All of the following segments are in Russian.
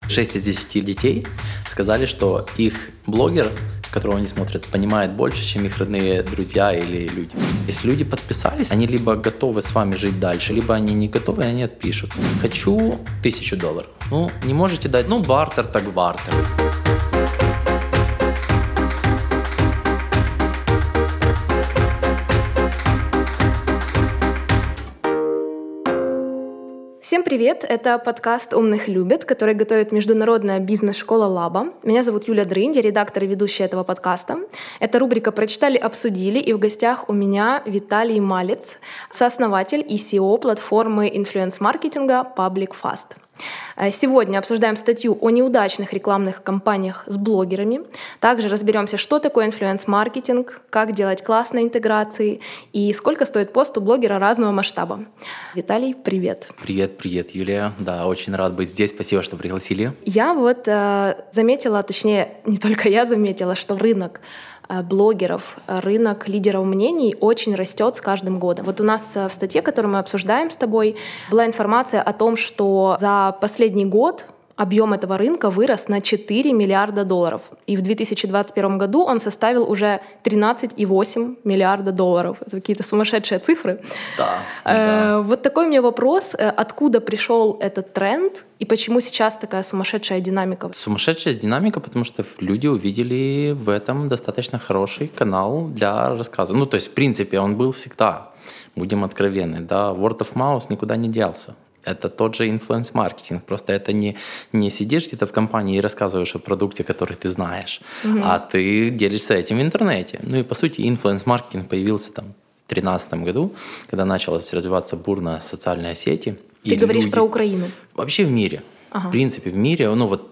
6 из 10 детей сказали, что их блогер, которого они смотрят, понимает больше, чем их родные друзья или люди. Если люди подписались, они либо готовы с вами жить дальше, либо они не готовы, и они отпишутся. Хочу $1000. Не можете дать, бартер так бартер. Всем привет! Это подкаст «Умных любят», который готовит международная бизнес-школа Лаба. Меня зовут Юля Дрынь, я редактор и ведущая этого подкаста. Это рубрика «Прочитали, обсудили», и в гостях у меня Виталий Малец, сооснователь и CEO платформы инфлюенс-маркетинга Public Fast. Сегодня обсуждаем статью о неудачных рекламных кампаниях с блогерами. Также разберемся, что такое инфлюенс-маркетинг, как делать классные интеграции и сколько стоит пост у блогера разного масштаба. Виталий, привет. Привет, Юлия. Да, очень рад быть здесь. Спасибо, что пригласили. Я заметила, точнее, не только я заметила, что рынок блогеров, рынок лидеров мнений очень растет с каждым годом. У нас в статье, которую мы обсуждаем с тобой, была информация о том, что за последний год объем этого рынка вырос на $4 миллиарда. И в 2021 году он составил уже $13,8 миллиарда. Это какие-то сумасшедшие цифры. Да. Вот такой у меня вопрос. Откуда пришел этот тренд и почему сейчас такая сумасшедшая динамика? Сумасшедшая динамика, потому что люди увидели в этом достаточно хороший канал для рассказа. То есть, в принципе, он был всегда. Будем откровенны. Да? Word of mouth никуда не делся. Это тот же инфлюенс-маркетинг. Просто это не сидишь где-то в компании и рассказываешь о продукте, который ты знаешь, а ты делишься этим в интернете. И по сути инфлюенс-маркетинг появился в 2013 году, когда началась развиваться бурно социальные сети. Ты говоришь про Украину? Вообще в мире. Ага. В принципе, в мире.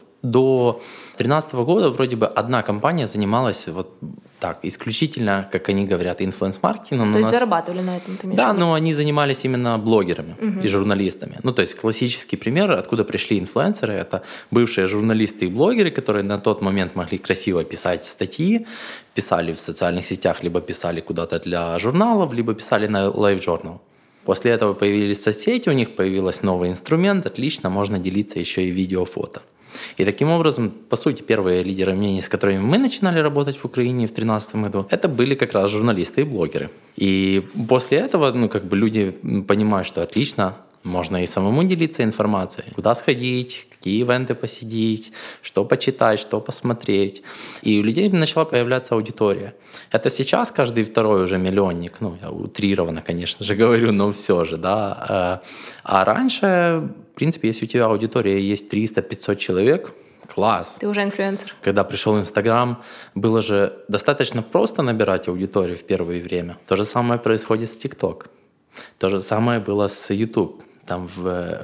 До 2013 года вроде бы одна компания занималась исключительно, как они говорят, инфлюенс-маркетингом. То есть зарабатывали на этом, ты имеешь в виду? Да, но они занимались именно блогерами и журналистами. То есть классический пример, откуда пришли инфлюенсеры, это бывшие журналисты и блогеры, которые на тот момент могли красиво писать статьи, писали в социальных сетях, либо писали куда-то для журналов, либо писали на LiveJournal. После этого появились соцсети, у них появился новый инструмент, отлично, можно делиться еще и видео-фото. И таким образом, по сути, первые лидеры мнений, с которыми мы начинали работать в Украине в 2013 году, это были как раз журналисты и блогеры. И после этого, люди понимают, что отлично, можно и самому делиться информацией, куда сходить, какие ивенты посетить, что почитать, что посмотреть. И у людей начала появляться аудитория. Это сейчас каждый второй уже миллионник. Я утрированно, конечно же, говорю, но все же, да. А раньше, в принципе, если у тебя аудитория есть 300-500 человек, класс. Ты уже инфлюенсер. Когда пришел Инстаграм, было же достаточно просто набирать аудиторию в первое время. То же самое происходит с ТикТок. То же самое было с YouTube. В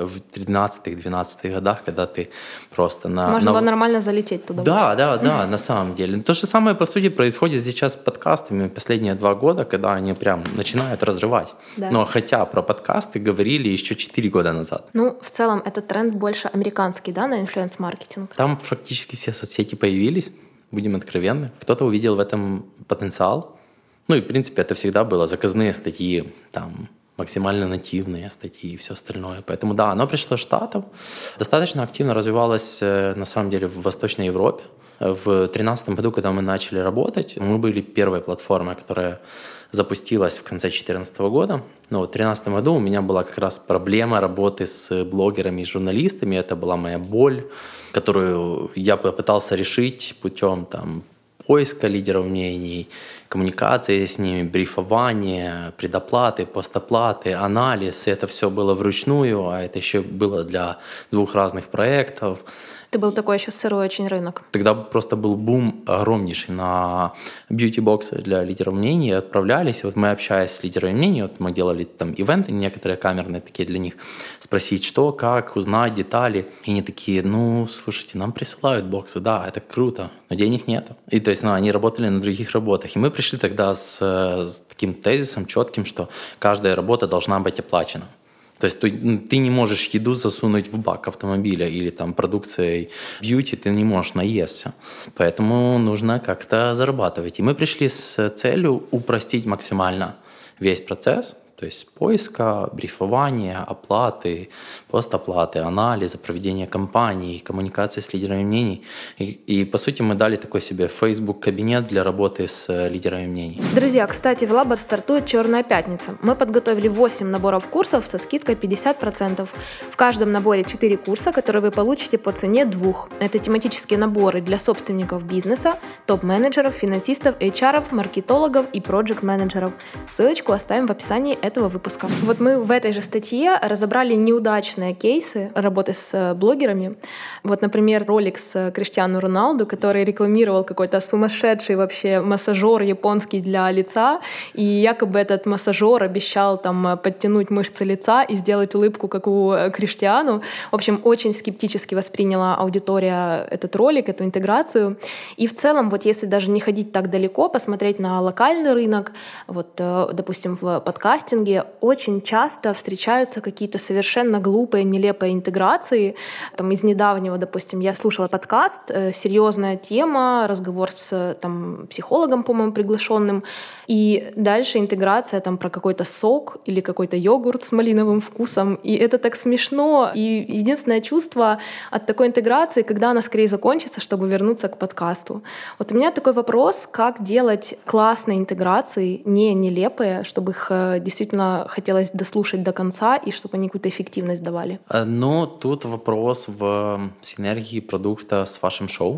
13-12 годах, когда ты просто Можно было нормально залететь туда. Да, на самом деле. То же самое, по сути, происходит сейчас с подкастами последние 2 года, когда они прям начинают разрывать. Да. Но хотя про подкасты говорили еще 4 года назад. В целом, этот тренд больше американский, да, на инфлюенс-маркетинг? Там практически все соцсети появились, будем откровенны. Кто-то увидел в этом потенциал. И, в принципе, это всегда было заказные статьи, максимально нативные статьи и все остальное. Поэтому да, оно пришло из Штатов. Достаточно активно развивалось, на самом деле, в Восточной Европе. В 2013 году, когда мы начали работать, мы были первой платформой, которая запустилась в конце 2014 года. Но в 2013 году у меня была как раз проблема работы с блогерами и журналистами. Это была моя боль, которую я попытался решить путем поиска лидеров мнений, коммуникации с ними, брифования, предоплаты, постоплаты, анализ. И это все было вручную, а это еще было для 2 разных проектов. Это был такой еще сырой очень рынок. Тогда просто был бум огромнейший на бьюти-боксы для лидеров мнений. Отправлялись. Мы, общаясь с лидерами мнений, мы делали ивенты некоторые камерные такие для них, спросить, что, как, узнать детали. И они такие, слушайте, нам присылают боксы, да, это круто, но денег нету. И то есть, они работали на других работах. И мы пришли тогда с таким тезисом четким, что каждая работа должна быть оплачена. То есть ты не можешь еду засунуть в бак автомобиля или продукцией бьюти, ты не можешь наесться. Поэтому нужно как-то зарабатывать. И мы пришли с целью упростить максимально весь процесс. То есть поиска, брифования, оплаты, постоплаты, анализа, проведения кампаний, коммуникации с лидерами мнений. И по сути мы дали такой себе Facebook-кабинет для работы с лидерами мнений. Друзья, кстати, в Лаба стартует «Черная пятница». Мы подготовили 8 наборов курсов со скидкой 50%. В каждом наборе 4 курса, которые вы получите по цене 2. Это тематические наборы для собственников бизнеса, топ-менеджеров, финансистов, HR-ов, маркетологов и проект-менеджеров. Ссылочку оставим в описании этого выпуска. Вот мы в этой же статье разобрали неудачные кейсы работы с блогерами. Вот, например, ролик с Криштиану Роналду, который рекламировал какой-то сумасшедший вообще массажер японский для лица, и якобы этот массажер обещал там подтянуть мышцы лица и сделать улыбку, как у Криштиану. В общем, очень скептически восприняла аудитория этот ролик, эту интеграцию. И в целом, вот если даже не ходить так далеко, посмотреть на локальный рынок, вот, допустим, в подкастинге очень часто встречаются какие-то совершенно глупые, нелепые интеграции. Там, из недавнего, допустим, я слушала подкаст, серьезная тема, разговор с там, психологом, по-моему, приглашенным, и дальше интеграция там, про какой-то сок или какой-то йогурт с малиновым вкусом. И это так смешно. И единственное чувство от такой интеграции, когда она скорее закончится, чтобы вернуться к подкасту. Вот у меня такой вопрос, как делать классные интеграции, не нелепые, чтобы их действительно хотелось дослушать до конца и чтобы они какую-то эффективность давали? Ну, тут вопрос в синергии продукта с вашим шоу.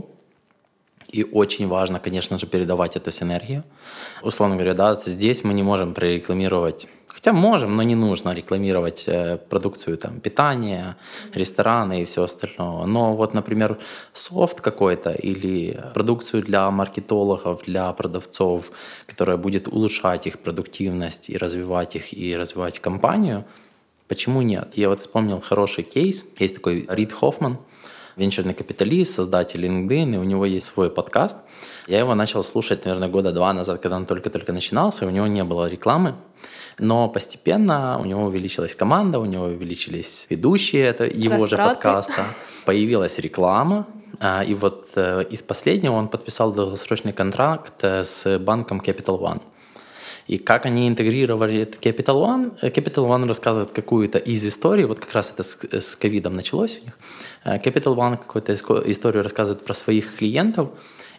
И очень важно, конечно же, передавать эту синергию. Условно говоря, да, здесь мы не можем прорекламировать, хотя можем, но не нужно рекламировать продукцию там, питания, рестораны и все остальное. Но вот, например, софт какой-то или продукцию для маркетологов, для продавцов, которая будет улучшать их продуктивность и развивать компанию, почему нет? Я вот вспомнил хороший кейс. Есть такой Рид Хоффман, венчурный капиталист, создатель LinkedIn, и у него есть свой подкаст. Я его начал слушать, наверное, 2 года назад, когда он только-только начинался, и у него не было рекламы. Но постепенно у него увеличилась команда, у него увеличились ведущие, это его же подкаста. Появилась реклама, и вот из последнего он подписал долгосрочный контракт с банком Capital One. И как они интегрировали этот Capital One? Capital One рассказывает какую-то из историй, вот как раз это с ковидом началось у них. Capital One какую-то историю рассказывает про своих клиентов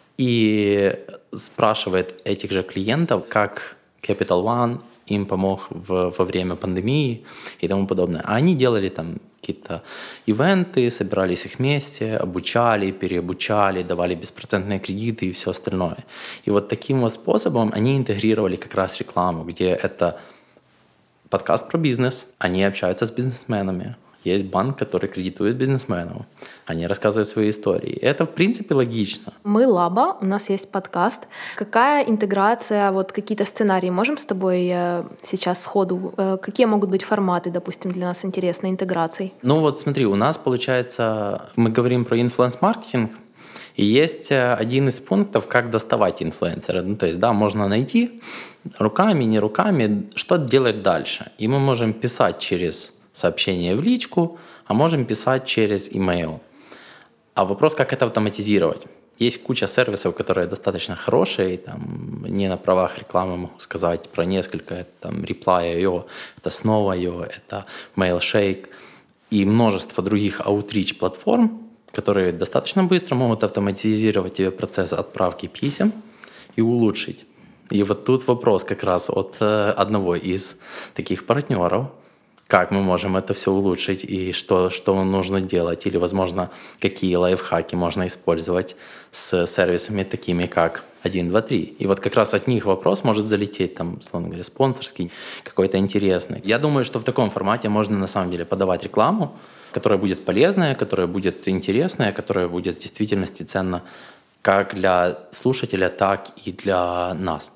и спрашивает этих же клиентов, как Capital One им помог во время пандемии и тому подобное. А они делали там какие-то ивенты, собирались их вместе, обучали, переобучали, давали беспроцентные кредиты и все остальное. И вот таким вот способом они интегрировали как раз рекламу, где это подкаст про бизнес, они общаются с бизнесменами. Есть банк, который кредитует бизнесменов. Они рассказывают свои истории. Это, в принципе, логично. Мы Лаба, у нас есть подкаст. Какая интеграция, вот какие-то сценарии можем с тобой сейчас сходу? Какие могут быть форматы, допустим, для нас интересной интеграции? Ну вот смотри, у нас получается, мы говорим про инфлюенс-маркетинг, и есть один из пунктов, как доставать инфлюенсера. Ну, то есть, да, можно найти руками, не руками, что делать дальше. И мы можем писать через сообщение в личку, а можем писать через email. А вопрос, как это автоматизировать. Есть куча сервисов, которые достаточно хорошие, там, не на правах рекламы могу сказать про несколько, это там Reply.io, это Snow.io, это Mailshake и множество других outreach платформ, которые достаточно быстро могут автоматизировать тебе процесс отправки писем и улучшить. И вот тут вопрос как раз от одного из таких партнеров, как мы можем это все улучшить и что нужно делать, или, возможно, какие лайфхаки можно использовать с сервисами такими, как 1, 2, 3. И вот как раз от них вопрос может залететь, там, условно говоря, спонсорский, какой-то интересный. Я думаю, что в таком формате можно на самом деле подавать рекламу, которая будет полезная, которая будет интересная, которая будет в действительности ценна как для слушателя, так и для нас.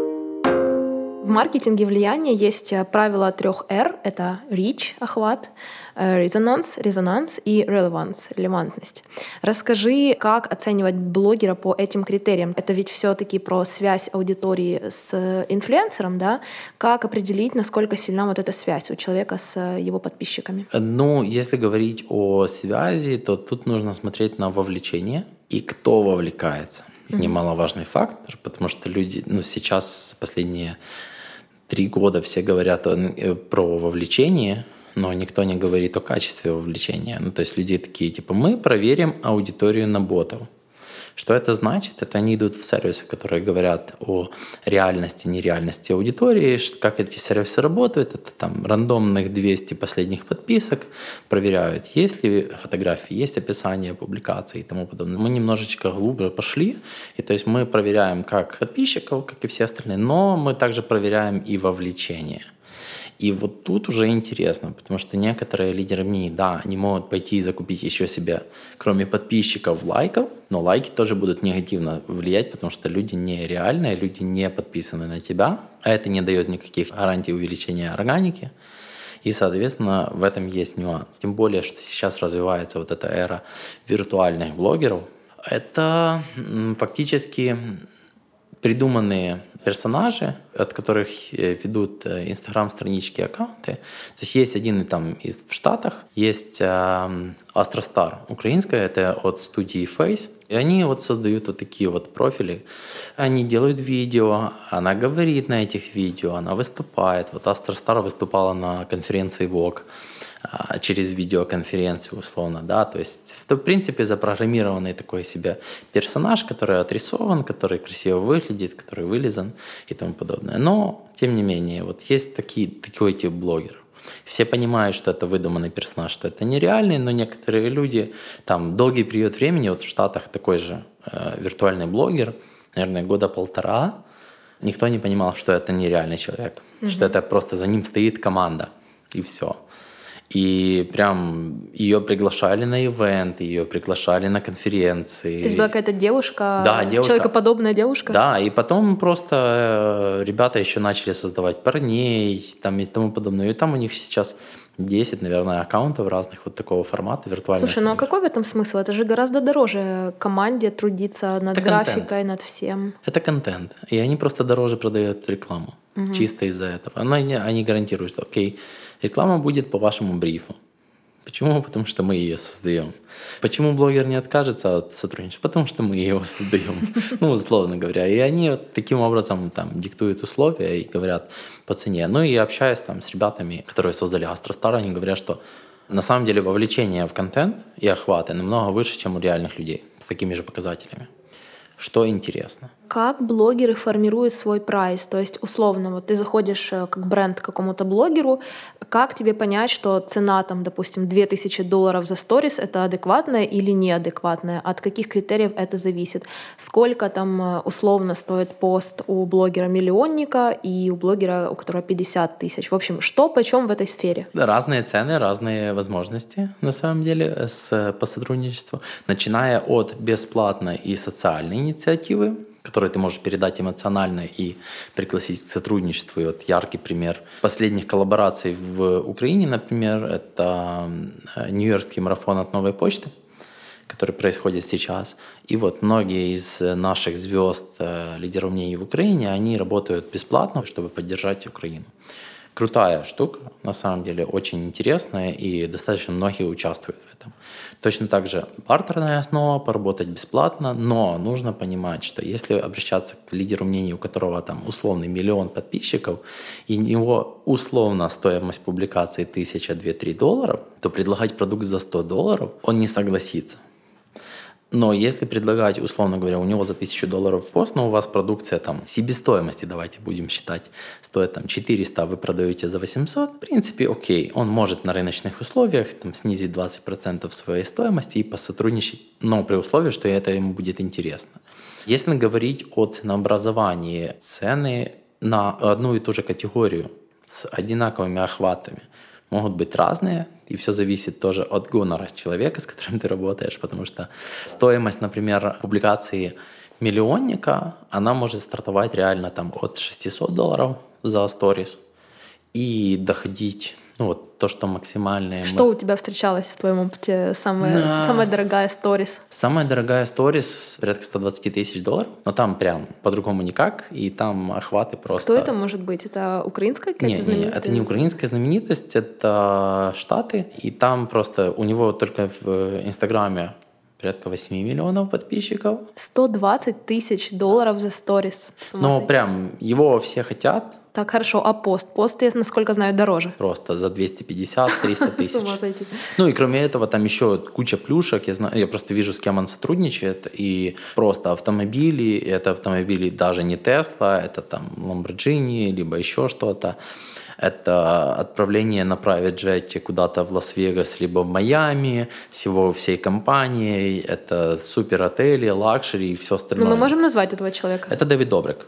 В маркетинге влияния есть правило 3 R. Это reach, охват, резонанс и relevance, релевантность. Расскажи, как оценивать блогера по этим критериям. Это ведь все-таки про связь аудитории с инфлюенсером, да? Как определить, насколько сильна вот эта связь у человека с его подписчиками? Ну, если говорить о связи, то тут нужно смотреть на вовлечение и кто вовлекается. Немаловажный фактор, потому что люди, сейчас последние 3 года все говорят про вовлечение, но никто не говорит о качестве вовлечения. Ну, то есть люди такие, типа, мы проверим аудиторию на ботов. Что это значит? Это они идут в сервисы, которые говорят о реальности, нереальности аудитории, как эти сервисы работают. Это там рандомных 200 последних подписок, проверяют, есть ли фотографии, есть описание публикаций и тому подобное. Мы немножечко глубже пошли, и то есть мы проверяем как подписчиков, как и все остальные, но мы также проверяем и вовлечение. И вот тут уже интересно, потому что некоторые лидеры мнений, да, они могут пойти и закупить еще себе, кроме подписчиков, лайков, но лайки тоже будут негативно влиять, потому что люди нереальные, люди не подписаны на тебя, а это не дает никаких гарантий увеличения органики. И, соответственно, в этом есть нюанс. Тем более, что сейчас развивается вот эта эра виртуальных блогеров. Это фактически придуманные персонажи, от которых ведут инстаграм-странички, аккаунты. То есть есть один там в Штатах, есть Астростар украинская, это от студии Face. И они вот создают вот такие вот профили. Они делают видео, она говорит на этих видео, она выступает. Вот Астростар выступала на конференции Vogue через видеоконференцию условно, да, то есть в принципе запрограммированный такой себе персонаж, который отрисован, который красиво выглядит, который вылизан и тому подобное. Но, тем не менее, вот есть такой тип блогеров. Все понимают, что это выдуманный персонаж, что это нереальный, но некоторые люди, там, долгий период времени, вот в Штатах такой же виртуальный блогер, наверное, 1.5 года, никто не понимал, что это нереальный человек, что это просто за ним стоит команда, и все. И прям ее приглашали на ивенты, ее приглашали на конференции. То есть была какая-то девушка, да, человекоподобная девушка? Да, и потом просто ребята еще начали создавать парней там, и тому подобное. И там у них сейчас 10, наверное, аккаунтов разных вот такого формата виртуальных. Слушай, ну а какой в этом смысл? Это же гораздо дороже команде трудиться над графикой, над всем. Это контент. И они просто дороже продают рекламу. Чисто из-за этого. Но они гарантируют, что окей, реклама будет по вашему брифу. Почему? Потому что мы ее создаем. Почему блогер не откажется от сотрудничества? Потому что мы его создаем. Ну, условно говоря. И они вот таким образом там диктуют условия и говорят по цене. Ну и общаясь там с ребятами, которые создали Астростар, они говорят, что на самом деле вовлечение в контент и охваты намного выше, чем у реальных людей с такими же показателями. Что интересно. Как блогеры формируют свой прайс? То есть, условно, вот ты заходишь как бренд к какому-то блогеру, как тебе понять, что цена, там, допустим, $2000 за сторис — это адекватная или неадекватная? От каких критериев это зависит? Сколько там условно стоит пост у блогера-миллионника и у блогера, у которого 50 тысяч? В общем, что почем в этой сфере? Разные цены, разные возможности, на самом деле, по сотрудничеству. Начиная от бесплатной и социальной инициативы, которые ты можешь передать эмоционально и пригласить к сотрудничеству. И вот яркий пример последних коллабораций в Украине, например, это Нью-Йоркский марафон от Новой почты, который происходит сейчас. И вот многие из наших звезд, лидеров мнений в Украине, они работают бесплатно, чтобы поддержать Украину. Крутая штука, на самом деле, очень интересная, и достаточно многие участвуют в этом. Точно так же бартерная основа, поработать бесплатно, но нужно понимать, что если обращаться к лидеру мнений, у которого там условный 1 миллион подписчиков, и у него условно стоимость публикации $1000-2-3, то предлагать продукт за $100 он не согласится. Но если предлагать, условно говоря, у него за $1000 пост, но у вас продукция там себестоимости, давайте будем считать, стоит там 400, а вы продаете за 800, в принципе, окей, он может на рыночных условиях там снизить 20% своей стоимости и посотрудничать, но при условии, что это ему будет интересно. Если говорить о ценообразовании, цены на одну и ту же категорию с одинаковыми охватами могут быть разные, и все зависит тоже от гонора человека, с которым ты работаешь, потому что стоимость, например, публикации миллионника, она может стартовать реально там от $600 за сторис и доходить, ну вот то, что максимальное. Что у тебя встречалось в твоем опыте? Самая дорогая сторис? Самая дорогая сторис порядка $120 000, но там прям по-другому никак, и там охваты просто... Кто это может быть? Это украинская какая-то знаменитость? Нет, это не украинская знаменитость, это Штаты, и там просто у него только в Инстаграме порядка 8 миллионов подписчиков. $120 000 за сторис. Ну, прям его все хотят, Так, хорошо. А пост? Пост, я, насколько знаю, дороже. Просто за 250-300 тысяч. С ума сойти. Ну и кроме этого там еще куча плюшек. Я просто вижу, с кем он сотрудничает. И просто автомобили, это автомобили даже не Tesla, это там Lamborghini, либо еще что-то. Это отправление на private jet куда-то в Лас-Вегас, либо в Майами с его всей компанией. Это супер отели, лакшери и все остальное. Но мы можем назвать этого человека? Это Дэвид Добрик.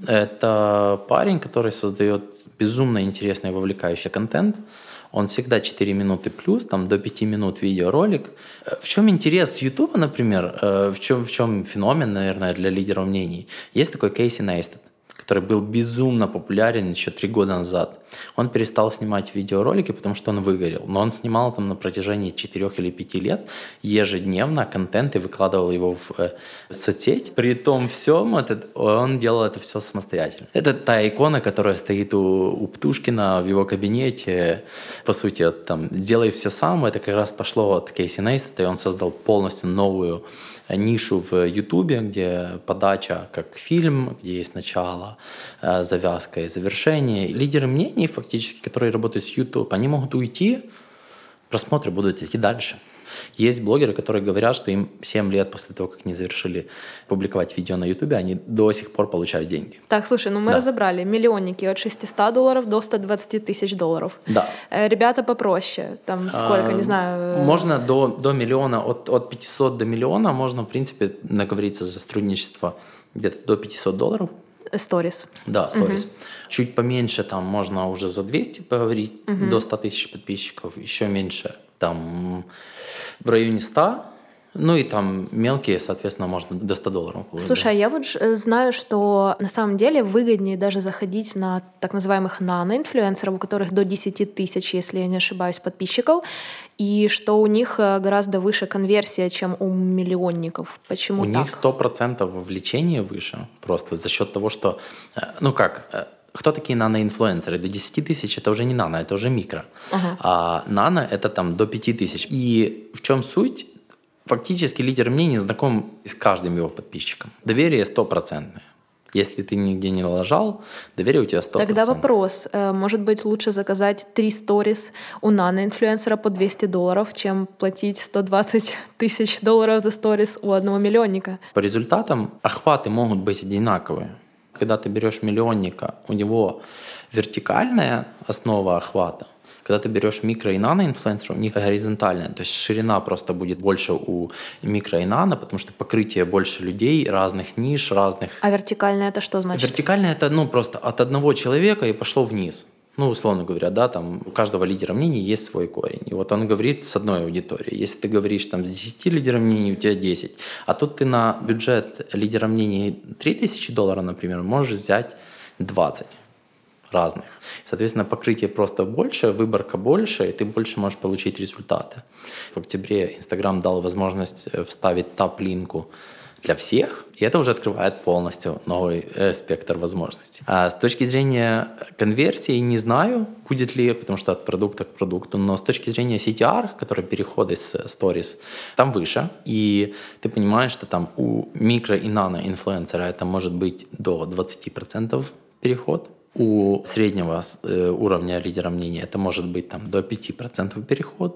Это парень, который создает безумно интересный и вовлекающий контент. Он всегда 4 минуты плюс, там до 5 минут видеоролик. В чем интерес Ютуба, например, в чем феномен, наверное, для лидеров мнений? Есть такой Кейси Нейстат, который был безумно популярен еще 3 года назад. Он перестал снимать видеоролики, потому что он выгорел. Но он снимал там на протяжении 4 или 5 лет ежедневно контент и выкладывал его в соцсеть. При том всем он делал это все самостоятельно. Это та икона, которая стоит у Птушкина в его кабинете. По сути, там, делай все сам. Это как раз пошло от Кейси Нейстата, и он создал полностью новую нишу в Ютубе, где подача как фильм, где есть начало, завязка и завершение. Лидеры мнений, фактически, которые работают с YouTube, они могут уйти, просмотры будут идти дальше. Есть блогеры, которые говорят, что им 7 лет после того, как они завершили публиковать видео на YouTube, они до сих пор получают деньги. Так, слушай, мы разобрали миллионники от $600 до $120 тысяч. Да. Ребята попроще, там сколько, не знаю. Можно до миллиона, от 500 до миллиона можно, в принципе, договориться за сотрудничество где-то до $500. Сторис. Да, сторис. Чуть поменьше там можно уже за 200 поговорить, до 100 тысяч подписчиков, еще меньше там в районе 100. Ну и там мелкие, соответственно, можно до $100. Слушай, я вот знаю, что на самом деле выгоднее даже заходить на так называемых нано-инфлюенсеров, у которых до 10 тысяч, если я не ошибаюсь, подписчиков, и что у них гораздо выше конверсия, чем у миллионников. Почему так? У них 100% вовлечение выше, просто за счет того, что... Кто такие нано-инфлюенсеры? До 10 тысяч это уже не нано, это уже микро. А нано это там до 5 тысяч. И в чем суть? Фактически лидер мнений знаком с каждым его подписчиком. Доверие 100%. Если ты нигде не налажал, доверие у тебя 100%. Тогда вопрос. Может быть, лучше заказать 3 сторис у нано-инфлюенсера по $200, чем платить $120 тысяч за сторис у одного миллионника? По результатам охваты могут быть одинаковые. Когда ты берешь миллионника, у него вертикальная основа охвата. Когда ты берешь микро- и нано-инфлюенсеров, у них горизонтальная, то есть ширина просто будет больше у микро- и нано, потому что покрытие больше людей, разных ниш, разных... А вертикальная это что значит? Вертикальная это просто от одного человека и пошло вниз. Условно говоря, да, там у каждого лидера мнений есть свой корень. И вот он говорит с одной аудиторией. Если ты говоришь там с 10 лидеров мнений, у тебя 10. А тут ты на бюджет лидера мнений $3000, например, можешь взять 20 разных. Соответственно, покрытие просто больше, выборка больше, и ты больше можешь получить результаты. В октябре Instagram дал возможность вставить топ-линку для всех, и это уже открывает полностью новый спектр возможностей. А с точки зрения конверсии не знаю, будет ли, потому что от продукта к продукту, но с точки зрения CTR, который переходы с Stories, там выше, и ты понимаешь, что там у микро- и нано-инфлюенсера это может быть до 20% переход. У среднего уровня лидера мнения это может быть там, до 5% переход.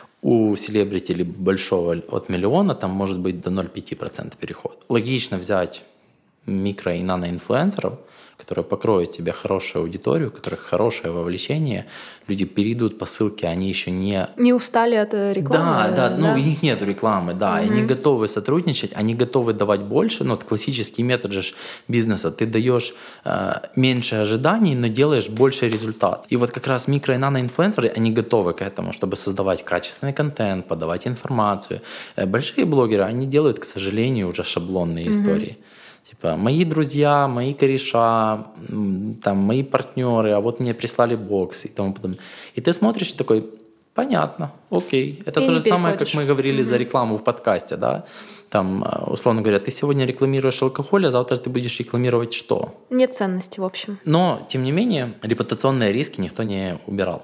У селебрити или большого от миллиона там может быть до 0,5% переход. Логично взять микро- и нано-инфлюенсеров, которые покроют тебе хорошую аудиторию, у которых хорошее вовлечение, люди перейдут по ссылке, они еще не устали от рекламы. Да, у них нет рекламы, да, и они готовы сотрудничать, они готовы давать больше, но классический метод же бизнеса, ты даешь меньше ожиданий, но делаешь больше результат. И вот как раз микро- и нано-инфлюенсеры, они готовы к этому, чтобы создавать качественный контент, подавать информацию. Большие блогеры, они делают, к сожалению, уже шаблонные истории. Типа, мои друзья, мои кореша, там, мои партнеры, а вот мне прислали бокс и тому подобное. И ты смотришь и такой, понятно, окей. Это и то же самое, как мы говорили за рекламу в подкасте, да? Там, условно говоря, ты сегодня рекламируешь алкоголь, а завтра ты будешь рекламировать что? Нет ценности, в общем. Но, тем не менее, репутационные риски никто не убирал.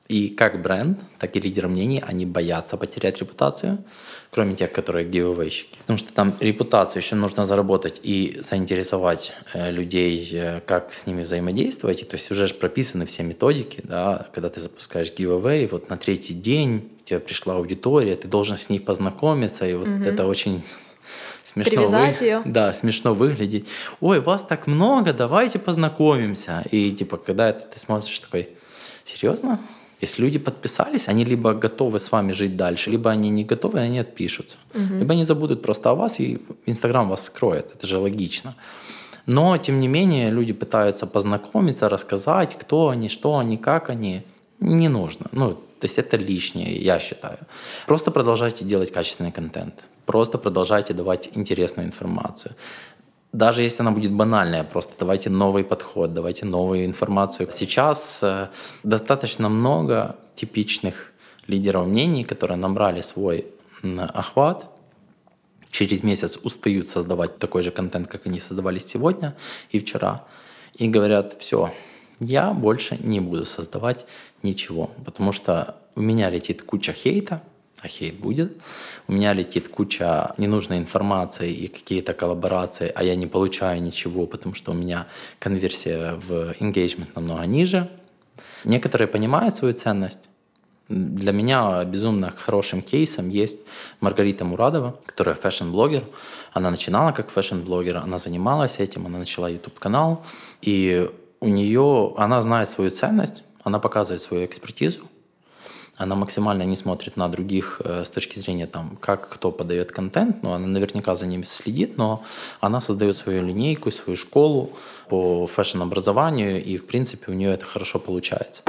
И как бренд, так и лидеры мнений, они боятся потерять репутацию, кроме тех, которые гивэвейщики. Потому что там репутацию еще нужно заработать и заинтересовать людей, как с ними взаимодействовать. И, то есть уже прописаны все методики, да, когда ты запускаешь гивэвей, вот на 3-й день к тебе пришла аудитория, ты должен с ней познакомиться, и вот это очень... Смешно ее. Да, смешно выглядеть. Ой, вас так много, давайте познакомимся. И типа, когда это ты смотришь такой, серьезно? Если люди подписались, они либо готовы с вами жить дальше, либо они не готовы, и они отпишутся. Либо они забудут просто о вас, и Инстаграм вас скроет. Это же логично. Но, тем не менее, люди пытаются познакомиться, рассказать, кто они, что они, как они. Не нужно. Ну, то есть это лишнее, я считаю. Просто продолжайте делать качественный контент. Просто продолжайте давать интересную информацию. Даже если она будет банальная, просто давайте новый подход, давайте новую информацию. Сейчас достаточно много типичных лидеров мнений, которые набрали свой охват, через месяц устают создавать такой же контент, как они создавали сегодня и вчера, и говорят, все, я больше не буду создавать ничего, потому что у меня летит куча хейта, а хейт будет. У меня летит куча ненужной информации и какие-то коллаборации, а я не получаю ничего, потому что у меня конверсия в engagement намного ниже. Некоторые понимают свою ценность. Для меня безумно хорошим кейсом есть Маргарита Мурадова, которая фэшн-блогер. Она начинала как фэшн-блогер, она занималась этим, она начала YouTube-канал. И у нее, она знает свою ценность, она показывает свою экспертизу. Она максимально не смотрит на других с точки зрения, там, как кто подает контент, но она наверняка за ними следит, но она создает свою линейку, свою школу по фэшн-образованию, и, в принципе, у нее это хорошо получается.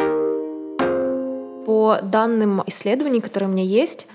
По данным исследований, которые у меня есть,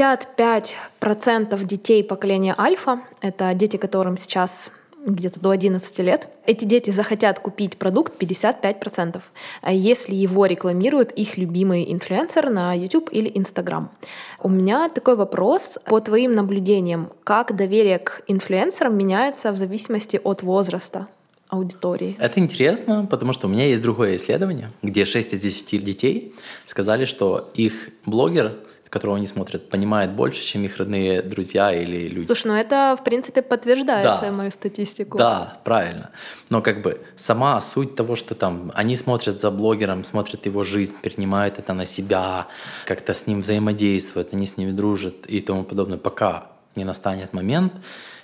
55% детей поколения альфа, это дети, которым сейчас где-то до 11 лет, эти дети захотят купить продукт 55%, если его рекламирует их любимый инфлюенсер на YouTube или Instagram. У меня такой вопрос. По твоим наблюдениям, как доверие к инфлюенсерам меняется в зависимости от возраста аудитории? Это интересно, потому что у меня есть другое исследование, где 6 из 10 детей сказали, что их блогер, которого они смотрят, понимает больше, чем их родные друзья или люди. Слушай, ну это, в принципе, подтверждает мою статистику. Да, правильно. Но как бы сама суть того, что там они смотрят за блогером, смотрят его жизнь, принимают это на себя, как-то с ним взаимодействуют, они с ними дружат и тому подобное, пока не настанет момент,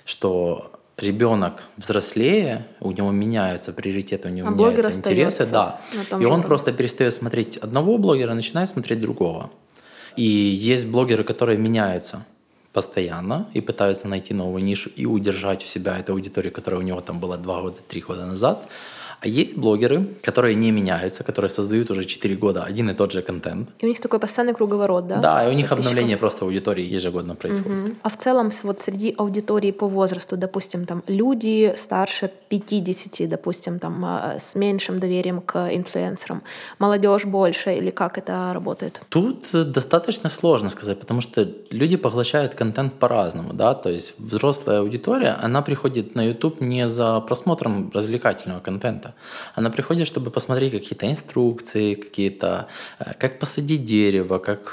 что ребенок взрослее, у него меняются приоритеты, у него меняются интересы, да, и он просто перестает смотреть одного блогера, начинает смотреть другого. И есть блогеры, которые меняются постоянно и пытаются найти новую нишу и удержать у себя эту аудиторию, которая у него там была 2 года, 3 года назад. А есть блогеры, которые не меняются, которые создают уже 4 года один и тот же контент. И у них такой постоянный круговорот, да? Да, и у них обновление просто аудитории ежегодно происходит. А в целом вот среди аудитории по возрасту, допустим, там люди старше 50, допустим, там с меньшим доверием к инфлюенсерам, молодежь больше или как это работает? Тут достаточно сложно сказать, потому что люди поглощают контент по-разному, да, то есть взрослая аудитория, она приходит на YouTube не за просмотром развлекательного контента, она приходит, чтобы посмотреть какие-то инструкции, какие-то, как посадить дерево, как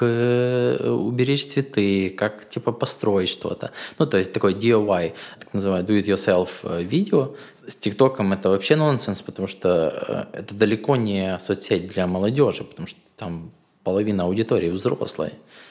уберечь цветы, как типа построить что-то. Ну, то есть такой DIY, так называемый do-it-yourself видео. С ТикТоком это вообще нонсенс, потому что это далеко не соцсеть для молодежи, потому что там половина аудитории взрослой.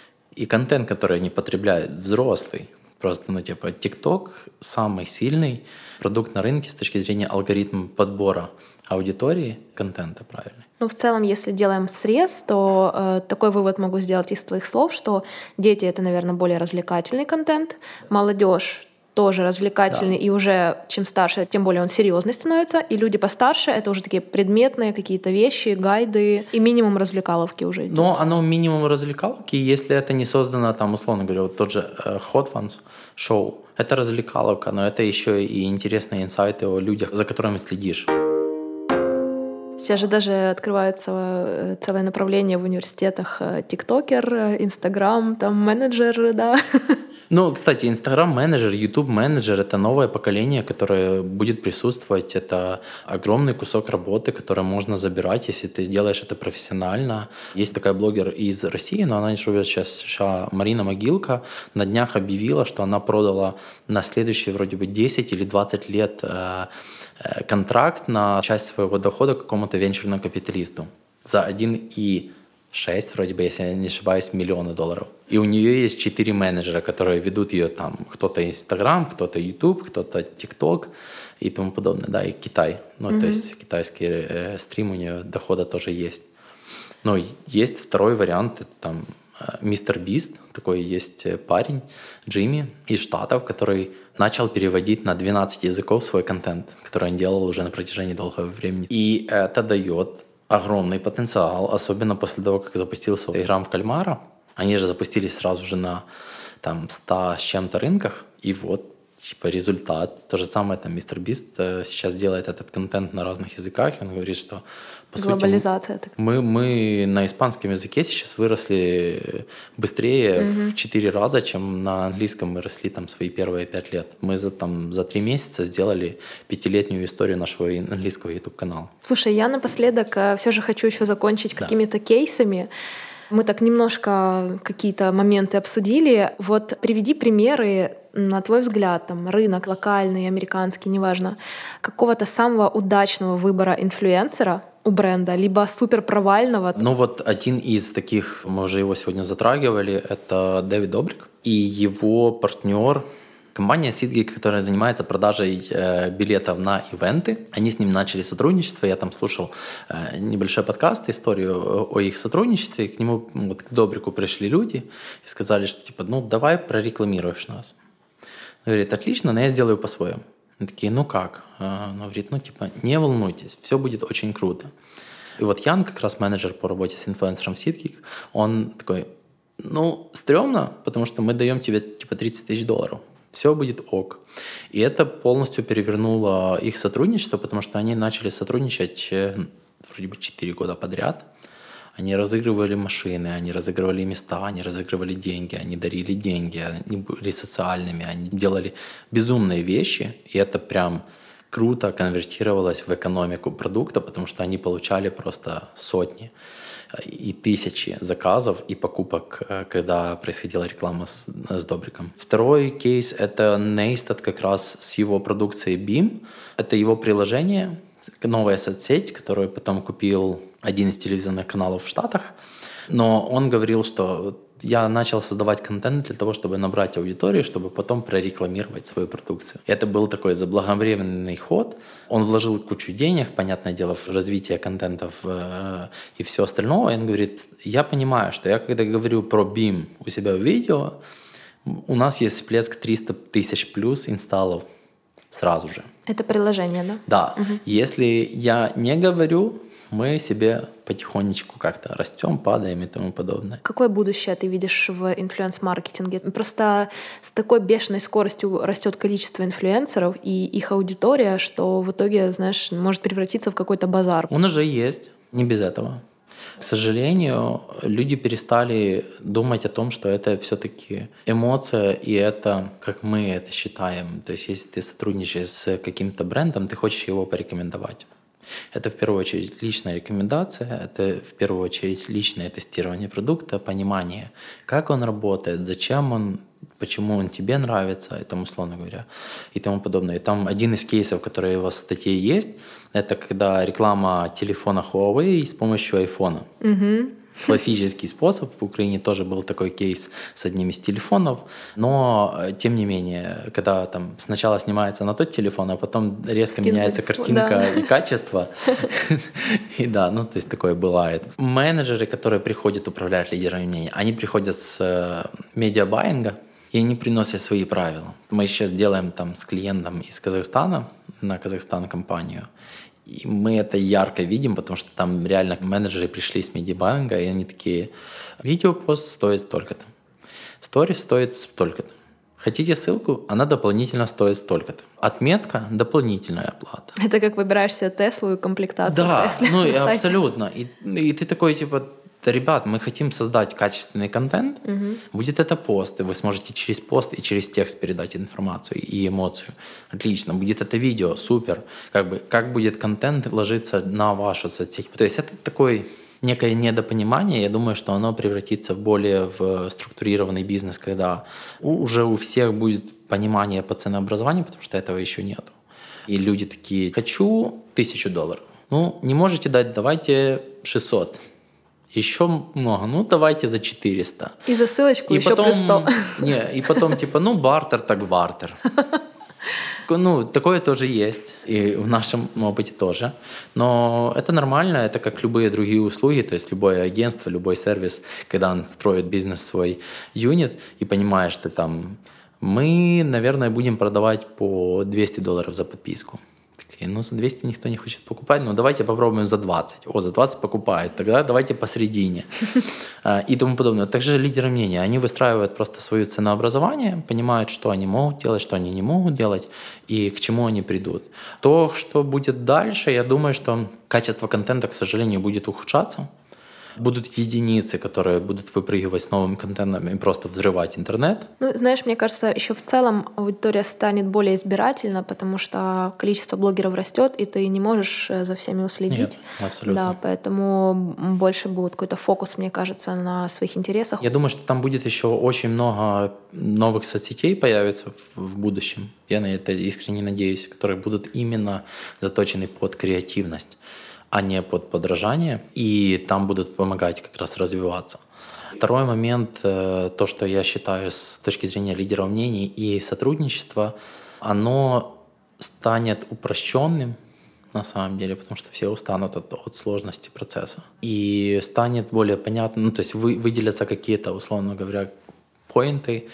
И контент, который они потребляют, взрослый. Просто, ну, типа, TikTok самый сильный продукт на рынке с точки зрения алгоритма подбора аудитории контента правильный. Ну, в целом, если делаем срез, то такой вывод могу сделать из твоих слов, что дети — это, наверное, более развлекательный контент, молодежь тоже развлекательный, и уже чем старше, тем более он серьезный становится, и люди постарше — это уже такие предметные какие-то вещи, гайды, и минимум развлекаловки уже идет. Но оно минимум развлекаловки, если это не создано, там, условно говоря, вот тот же Hot Ones шоу, это развлекаловка, но это еще и интересные инсайты о людях, за которыми следишь. Сейчас же даже открываются целое направление в университетах: тиктокер, Инстаграм, там менеджер, да. Ну, кстати, Инстаграм-менеджер, YouTube-менеджер — это новое поколение, которое будет присутствовать. Это огромный кусок работы, который можно забирать, если ты делаешь это профессионально. Есть такая блогер из России, но она живет сейчас в США, Марина Могилка. На днях объявила, что она продала на следующие вроде бы 10 или 20 лет контракт на часть своего дохода какому-то венчурному капиталисту за 1,6, вроде бы, если я не ошибаюсь, миллиона долларов. И у нее есть 4 менеджера, которые ведут ее там. Кто-то Инстаграм, кто-то YouTube, кто-то ТикТок и тому подобное. Да, и Китай. Ну, то есть китайский стрим у нее дохода тоже есть. Но есть второй вариант, это там Мистер Бист, такой есть парень, Джимми из Штатов, который начал переводить на 12 языков свой контент, который он делал уже на протяжении долгого времени. И это дает огромный потенциал, особенно после того, как запустился игра в кальмара. Они же запустились сразу же на там 100 с чем-то рынках, и вот типа результат. То же самое там Мистер Бист сейчас делает этот контент на разных языках, и он говорит, что по глобализация сути, мы на испанском языке сейчас выросли быстрее в 4 раза, чем на английском мы росли там свои первые 5 лет. Мы за 3 месяца сделали 5-летнюю историю нашего английского YouTube-канала. Слушай, я напоследок все же хочу еще закончить какими-то кейсами. Мы так немножко какие-то моменты обсудили. Вот приведи примеры, на твой взгляд, там, рынок локальный, американский, неважно, какого-то самого удачного выбора инфлюенсера у бренда, либо супер провального. Ну вот один из таких, мы уже его сегодня затрагивали, это Дэвид Добрик и его партнер, компания SeatGeek, которая занимается продажей билетов на ивенты. Они с ним начали сотрудничество. Я там слушал небольшой подкаст, историю о их сотрудничестве. К нему, вот, к Добрику пришли люди и сказали, что типа, ну давай прорекламируешь нас. Он говорит, отлично, но я сделаю по-своему. Они такие, ну как? Он говорит, ну типа, не волнуйтесь, все будет очень круто. И вот Ян, как раз менеджер по работе с инфлюенсером SeatGeek, он такой, ну стрёмно, потому что мы даем тебе типа $30 000. Все будет ок. И это полностью перевернуло их сотрудничество, потому что они начали сотрудничать вроде бы 4 года подряд. Они разыгрывали машины, они разыгрывали места, они разыгрывали деньги, они дарили деньги, они были социальными, они делали безумные вещи, и это прям круто конвертировалось в экономику продукта, потому что они получали просто сотни и тысячи заказов и покупок, когда происходила реклама с Добриком. Второй кейс — это Neistat как раз с его продукцией BIM. Это его приложение, новая соцсеть, которую потом купил один из телевизионных каналов в Штатах. Но он говорил, что я начал создавать контент для того, чтобы набрать аудиторию, чтобы потом прорекламировать свою продукцию. И это был такой заблаговременный ход. Он вложил кучу денег, понятное дело, в развитие контентов и все остальное. И он говорит, я понимаю, что я когда говорю про BIM у себя в видео, у нас есть всплеск 300 000 плюс инсталлов сразу же. Это приложение, да? Да. Угу. Если я не говорю, мы себе потихонечку как-то растем, падаем и тому подобное. Какое будущее ты видишь в инфлюенс-маркетинге? Просто с такой бешеной скоростью растет количество инфлюенсеров и их аудитория, что в итоге, знаешь, может превратиться в какой-то базар. Он уже есть, не без этого. К сожалению, люди перестали думать о том, что это все-таки эмоция, и это, как мы это считаем. То есть, если ты сотрудничаешь с каким-то брендом, ты хочешь его порекомендовать. Это в первую очередь личная рекомендация, это в первую очередь личное тестирование продукта, понимание, как он работает, зачем он, почему он тебе нравится, и тому, условно говоря, и тому подобное. И там один из кейсов, который у вас в статье есть, это когда реклама телефона Huawei с помощью айфона. Угу. Классический способ. В Украине тоже был такой кейс с одним из телефонов. Но, тем не менее, когда там сначала снимается на тот телефон, а потом резко меняется картинка и качество. И да, ну то есть такое бывает. Менеджеры, которые приходят управлять лидерами мнений, они приходят с медиабайинга, и они приносят свои правила. Мы сейчас делаем там с клиентом из Казахстана, на Казахстан компанию, и мы это ярко видим, потому что там реально менеджеры пришли с медиабайинга, и они такие, видеопост стоит столько-то, сторис стоит столько-то. Хотите ссылку? Она дополнительно стоит столько-то. Отметка – дополнительная оплата. Это как выбираешь себе Теслу и комплектацию да, Теслы. Да, ну абсолютно. И ты такой, типа, ребят, мы хотим создать качественный контент, будет это пост, и вы сможете через пост и через текст передать информацию и эмоцию. Отлично. Будет это видео, супер. Как будет контент ложиться на вашу соцсеть. То есть это такой некое недопонимание. Я думаю, что оно превратится более в структурированный бизнес, когда уже у всех будет понимание по ценообразованию, потому что этого еще нету. И люди такие: хочу $1000. Ну, не можете дать, давайте 600. Еще много, давайте за 400. И за ссылочку и еще потом, плюс 100. И потом типа, бартер так бартер. Такое тоже есть, и в нашем опыте тоже. Но это нормально, это как любые другие услуги, то есть любое агентство, любой сервис, когда он строит бизнес свой юнит и понимает, что там мы, наверное, будем продавать по $200 за подписку. За 200 никто не хочет покупать, давайте попробуем за 20. За 20 покупают, тогда давайте посередине. И тому подобное. Также лидеры мнения, они выстраивают просто свое ценообразование, понимают, что они могут делать, что они не могут делать и к чему они придут. То, что будет дальше, я думаю, что качество контента, к сожалению, будет ухудшаться. Будут единицы, которые будут выпрыгивать с новым контентом и просто взрывать интернет. Знаешь, мне кажется, еще в целом аудитория станет более избирательна, потому что количество блогеров растет, и ты не можешь за всеми уследить. Нет, абсолютно. Да, поэтому больше будет какой-то фокус, мне кажется, на своих интересах. Я думаю, что там будет еще очень много новых соцсетей появится в будущем. Я на это искренне надеюсь, которые будут именно заточены под креативность, а не под подражание, и там будут помогать как раз развиваться. Второй момент, то, что я считаю с точки зрения лидеров мнений и сотрудничества, оно станет упрощенным на самом деле, потому что все устанут от сложности процесса. И станет более понятно, то есть выделятся какие-то, условно говоря, поинты,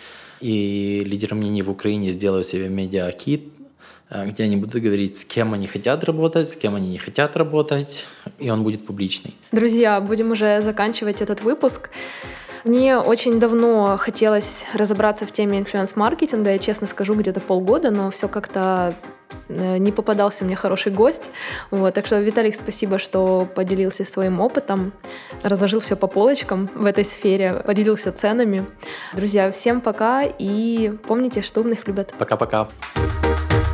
и лидеры мнений в Украине сделают себе медиа-кит, где они будут говорить, с кем они хотят работать, с кем они не хотят работать, и он будет публичный. Друзья, будем уже заканчивать этот выпуск. Мне очень давно хотелось разобраться в теме инфлюенс-маркетинга, я честно скажу, где-то полгода, но все как-то не попадался мне хороший гость. Так что, Виталик, спасибо, что поделился своим опытом, разложил все по полочкам в этой сфере, поделился ценами. Друзья, всем пока и помните, что умных любят. Пока-пока.